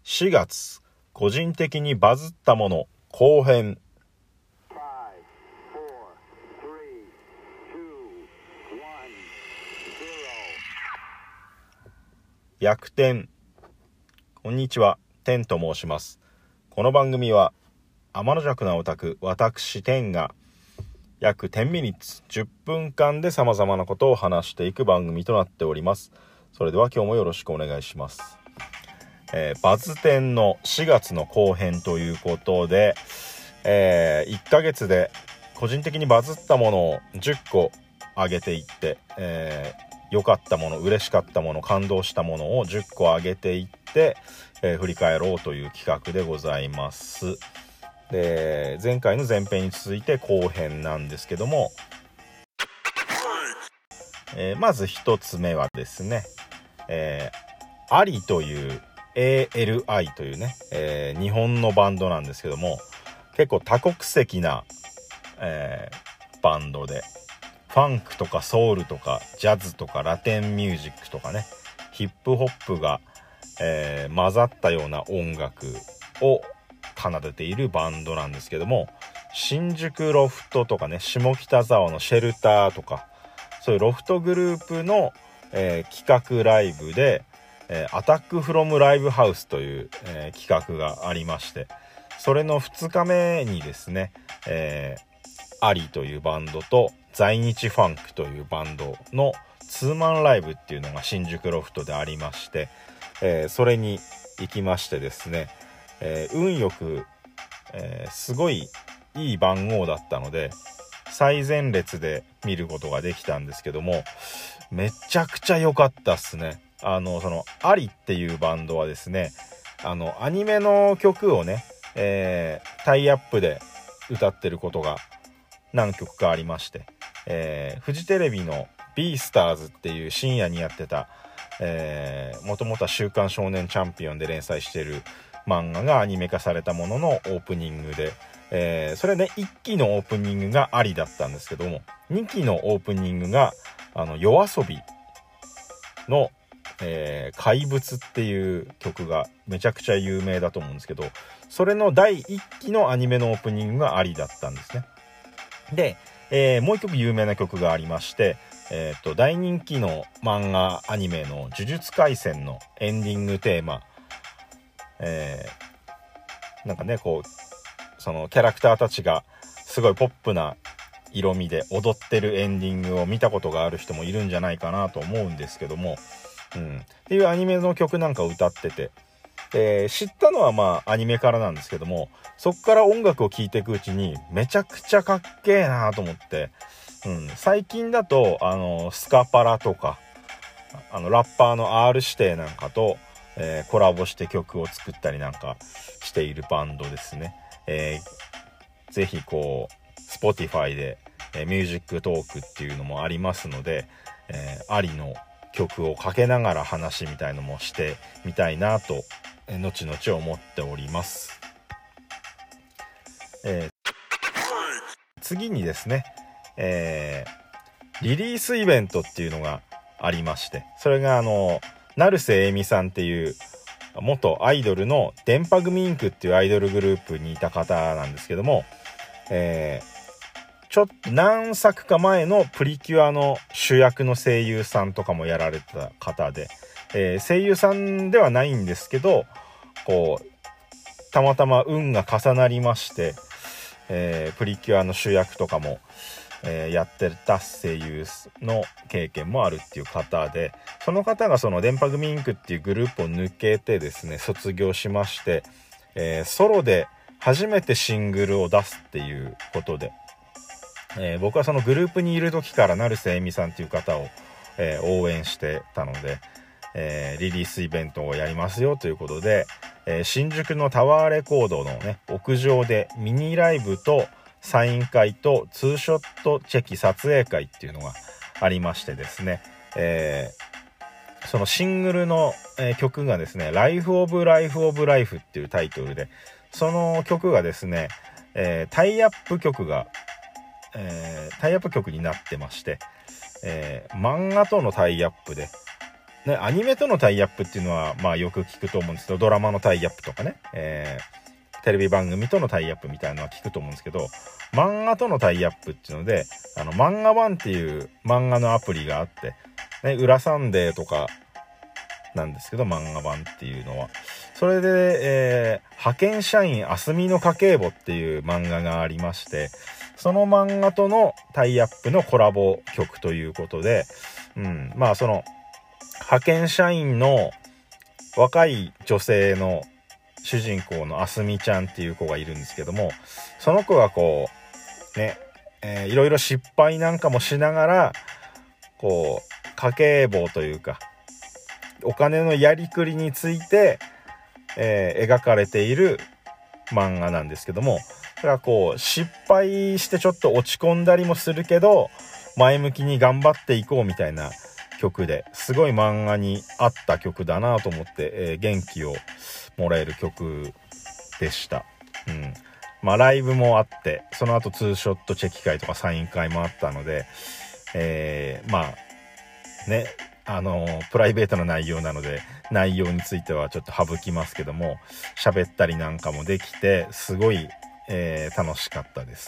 4月個人的にバズったもの後編。逆転。こんにちは、天と申します。この番組は天の弱なオタク私天が約10ミニッツ10分間で様々なことを話していく番組となっております。それでは今日もよろしくお願いします。バズ展の4月の後編ということで、1ヶ月で個人的にバズったものを10個上げていって、良かったもの、嬉しかったもの、感動したものを10個上げていって、振り返ろうという企画でございます。で、前回の前編に続いて後編なんですけども、まず一つ目はですね、アリというALI というね、日本のバンドなんですけども、結構多国籍な、バンドでファンクとかソウルとかジャズとかラテンミュージックとかね、ヒップホップが、混ざったような音楽を奏でているバンドなんですけども、新宿ロフトとかね、下北沢のシェルターとか、そういうロフトグループの、企画ライブで、アタックフロムライブハウスという、企画がありまして、それの2日目にですね、アリというバンドと在日ファンクというバンドのツーマンライブっていうのが新宿ロフトでありまして、それに行きましてですね、運よく、すごいいい番号だったので最前列で見ることができたんですけども、めちゃくちゃ良かったっすね。そのアリっていうバンドはですね、アニメの曲をね、タイアップで歌ってることが何曲かありまして、フジテレビの B スターズっていう深夜にやってた、もともとは週刊少年チャンピオンで連載している漫画がアニメ化されたもののオープニングで、それね、1期のオープニングがアリだったんですけども、2期のオープニングがYOASOBIの、怪物っていう曲がめちゃくちゃ有名だと思うんですけど、それの第1期のアニメのオープニングがアリだったんですね。で、もう一曲有名な曲がありまして、大人気の漫画アニメの呪術廻戦のエンディングテーマ、なんかね、こうそのキャラクターたちがすごいポップな色味で踊ってるエンディングを見たことがある人もいるんじゃないかなと思うんですけども、っていうアニメの曲なんかを歌ってて、知ったのはまあアニメからなんですけども、そっから音楽を聴いていくうちにめちゃくちゃかっけえなと思って、最近だとスカパラとかラッパーの R 指定なんかと、コラボして曲を作ったりなんかしているバンドですね。ぜひこう Spotify で、ミュージックトークっていうのもありますので、アリの曲をかけながら話みたいのもしてみたいなと、後々思っております。次にですね、リリースイベントっていうのがありまして、それが成瀬恵美さんっていう元アイドルの電波組インクっていうアイドルグループにいた方なんですけども、ちょっと何作か前のプリキュアの主役の声優さんとかもやられてた方で、声優さんではないんですけど、こうたまたま運が重なりまして、プリキュアの主役とかも、やってた声優の経験もあるっていう方で、その方がその電波組インクっていうグループを抜けてですね、卒業しまして、ソロで初めてシングルを出すっていうことで、僕はそのグループにいる時から成瀬恵美さんっていう方を、応援してたので、リリースイベントをやりますよということで、新宿のタワーレコードのね、屋上でミニライブとサイン会とツーショットチェキ撮影会っていうのがありましてですね、そのシングルの、曲がですね、ライフオブライフオブライフっていうタイトルで、その曲がですね、タイアップ曲になってまして、漫画とのタイアップで、 ね、アニメとのタイアップっていうのは、まあよく聞くと思うんですけど、ドラマのタイアップとかね、テレビ番組とのタイアップみたいなのは聞くと思うんですけど、漫画とのタイアップっていうので、漫画版っていう漫画のアプリがあって、ね、裏サンデーとかなんですけど、漫画版っていうのは。それで、派遣社員あすみの家計簿っていう漫画がありまして、その漫画とのタイアップのコラボ曲ということで、まあその、派遣社員の若い女性の主人公のあすみちゃんっていう子がいるんですけども、その子がこうね、いろいろ失敗なんかもしながらこう家計簿というかお金のやりくりについて、描かれている漫画なんですけども、だからこう失敗してちょっと落ち込んだりもするけど前向きに頑張っていこうみたいな曲で、すごい漫画に合った曲だなと思って、元気をもらえる曲でした。まあライブもあって、その後ツーショットチェキ会とかサイン会もあったので、まあね、プライベートな内容なので内容についてはちょっと省きますけども、喋ったりなんかもできてすごい、楽しかったです。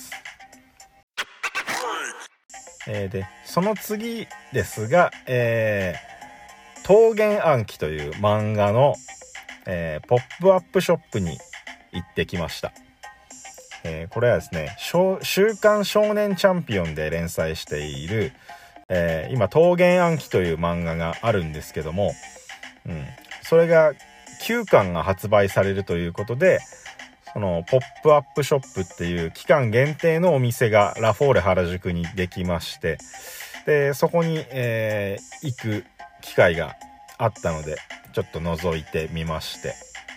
でその次ですが、桃源暗記という漫画の、ポップアップショップに行ってきました。これはですね、週刊少年チャンピオンで連載している、今桃源暗記という漫画があるんですけども、それが9巻が発売されるということで、そのポップアップショップっていう期間限定のお店がラフォーレ原宿にできまして、でそこに、行く機会があったのでちょっと覗いてみまして、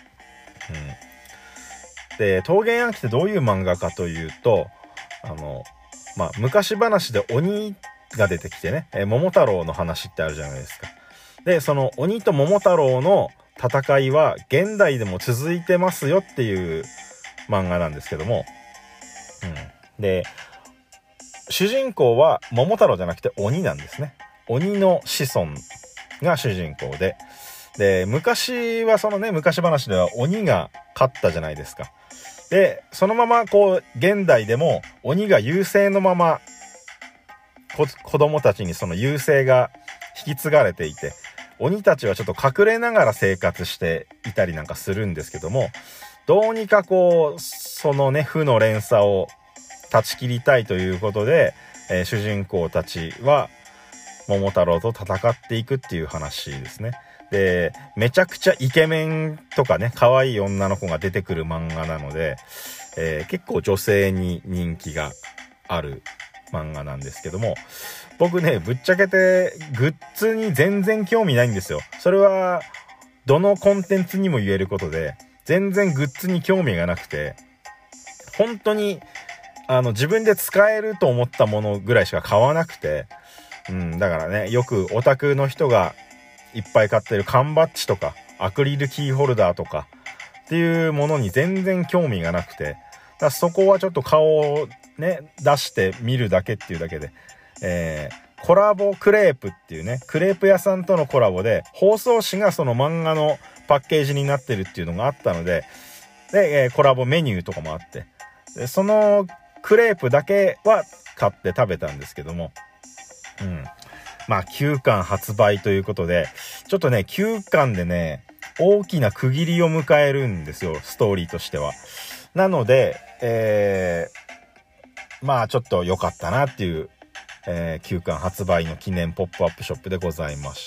で桃源暗記ってどういう漫画かというと、まあ昔話で鬼が出てきてね、桃太郎の話ってあるじゃないですか。でその鬼と桃太郎の戦いは現代でも続いてますよっていう漫画なんですけども、で主人公は桃太郎じゃなくて鬼なんですね。鬼の子孫が主人公で昔はそのね、昔話では鬼が勝ったじゃないですか。でそのままこう現代でも鬼が優勢のまま子供たちにその優勢が引き継がれていて、鬼たちはちょっと隠れながら生活していたりなんかするんですけども、どうにかこうそのね負の連鎖を断ち切りたいということで、主人公たちは桃太郎と戦っていくっていう話ですね。でめちゃくちゃイケメンとかね可愛い女の子が出てくる漫画なので、結構女性に人気がある漫画なんですけども、僕ねぶっちゃけてグッズに全然興味ないんですよ。それはどのコンテンツにも言えることで、全然グッズに興味がなくて、本当に自分で使えると思ったものぐらいしか買わなくて、だからね、よくオタクの人がいっぱい買ってる缶バッジとかアクリルキーホルダーとかっていうものに全然興味がなくて、だからそこはちょっと顔をね出して見るだけっていうだけで、コラボクレープっていうね、クレープ屋さんとのコラボで包装紙がその漫画のパッケージになってるっていうのがあったので、コラボメニューとかもあって、でそのクレープだけは買って食べたんですけども、まあ9巻発売ということで、ちょっとね9巻でね大きな区切りを迎えるんですよ、ストーリーとしては。なので、まあちょっと良かったなっていう、9巻発売の記念ポップアップショップでございました。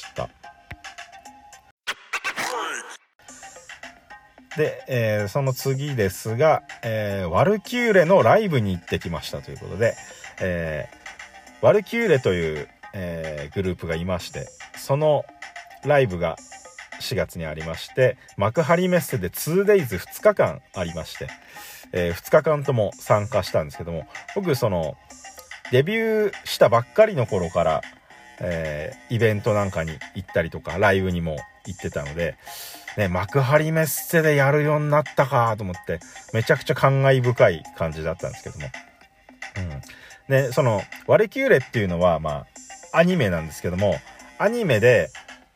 で、その次ですが、ワルキューレのライブに行ってきましたということで、ワルキューレという、グループがいまして、そのライブが4月にありまして、幕張メッセで 2days2 日間ありまして、2日間とも参加したんですけども、僕そのデビューしたばっかりの頃から、イベントなんかに行ったりとかライブにも行ってたので、ね、幕張メッセでやるようになったかと思ってめちゃくちゃ感慨深い感じだったんですけども、でそのワルキューレっていうのはまあアニメなんですけども、アニメで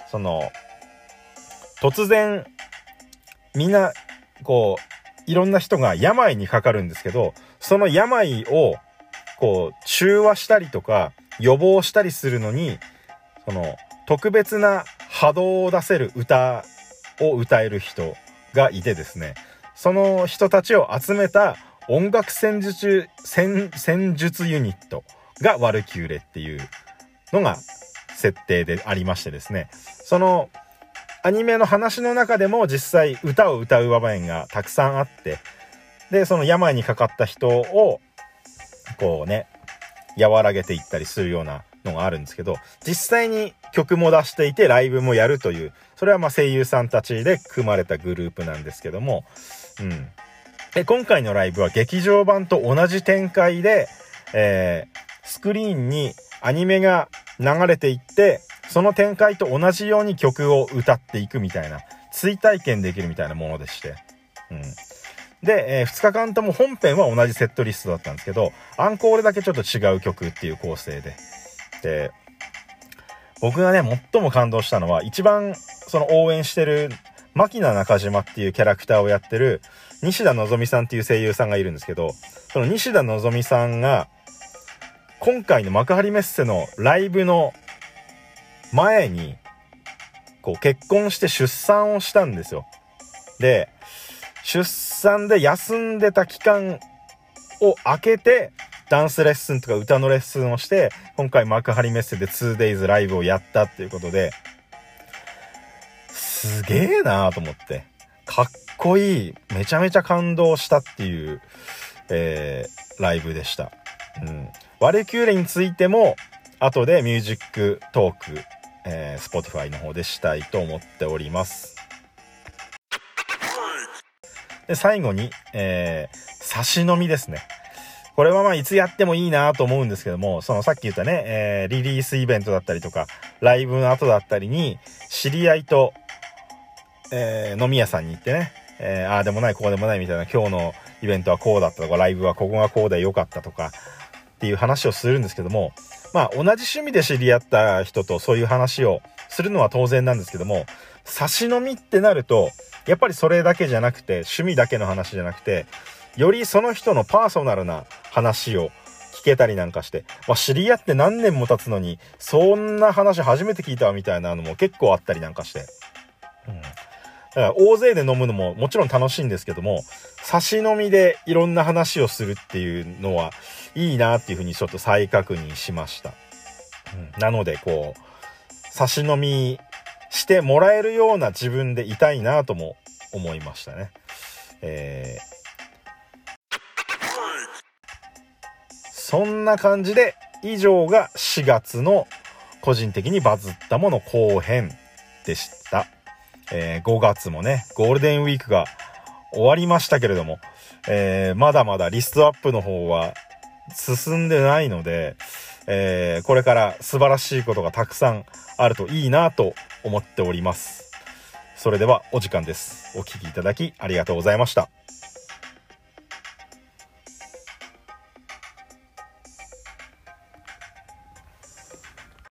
その突然みんなこういろんな人が病にかかるんですけど、その病をこう中和したりとか予防したりするのに、その特別な波動を出せる歌を歌える人がいてですね、その人たちを集めた音楽戦術ユニットがワルキューレっていうのが設定でありましてですね、そのアニメの話の中でも実際歌を歌う場面がたくさんあって、でその病にかかった人をこうね和らげていったりするようなのがあるんですけど、実際に曲も出していてライブもやるという、それはまあ声優さんたちで組まれたグループなんですけども、で今回のライブは劇場版と同じ展開で、スクリーンにアニメが流れていって、その展開と同じように曲を歌っていくみたいな、追体験できるみたいなものでして、で、2日間とも本編は同じセットリストだったんですけど、アンコールだけちょっと違う曲っていう構成で、僕がね最も感動したのは、一番その応援してる牧名中島っていうキャラクターをやってる西田のぞみさんっていう声優さんがいるんですけど、その西田のぞみさんが今回の幕張メッセのライブの前にこう結婚して出産をしたんですよ。で出産で休んでた期間を空けてダンスレッスンとか歌のレッスンをして、今回幕張メッセで 2days ライブをやったっていうことで、すげえなーと思って、かっこいい、めちゃめちゃ感動したっていう、ライブでした。ワルキューレについても後でミュージックトーク、Spotify の方でしたいと思っております。で最後に、差し飲みですね。これはまあいつやってもいいなと思うんですけども、そのさっき言ったね、リリースイベントだったりとかライブの後だったりに知り合いと、飲み屋さんに行ってね、ああでもないこうでもないみたいな、今日のイベントはこうだったとか、ライブはここがこうでよかったとかっていう話をするんですけども、まあ同じ趣味で知り合った人とそういう話をするのは当然なんですけども、差し飲みってなるとやっぱりそれだけじゃなくて、趣味だけの話じゃなくて、よりその人のパーソナルな話を聞けたりなんかして、知り合って何年も経つのにそんな話初めて聞いたわみたいなのも結構あったりなんかして、だから大勢で飲むのももちろん楽しいんですけども、差し飲みでいろんな話をするっていうのはいいなっていうふうにちょっと再確認しました。なのでこう差し飲みしてもらえるような自分でいたいなとも思いましたね。そんな感じで以上が4月の個人的にバズったもの後編でした。5月もねゴールデンウィークが終わりましたけれども、まだまだリストアップの方は進んでないので、これから素晴らしいことがたくさんあるといいなと思っております。それではお時間です。お聞きいただきありがとうございました。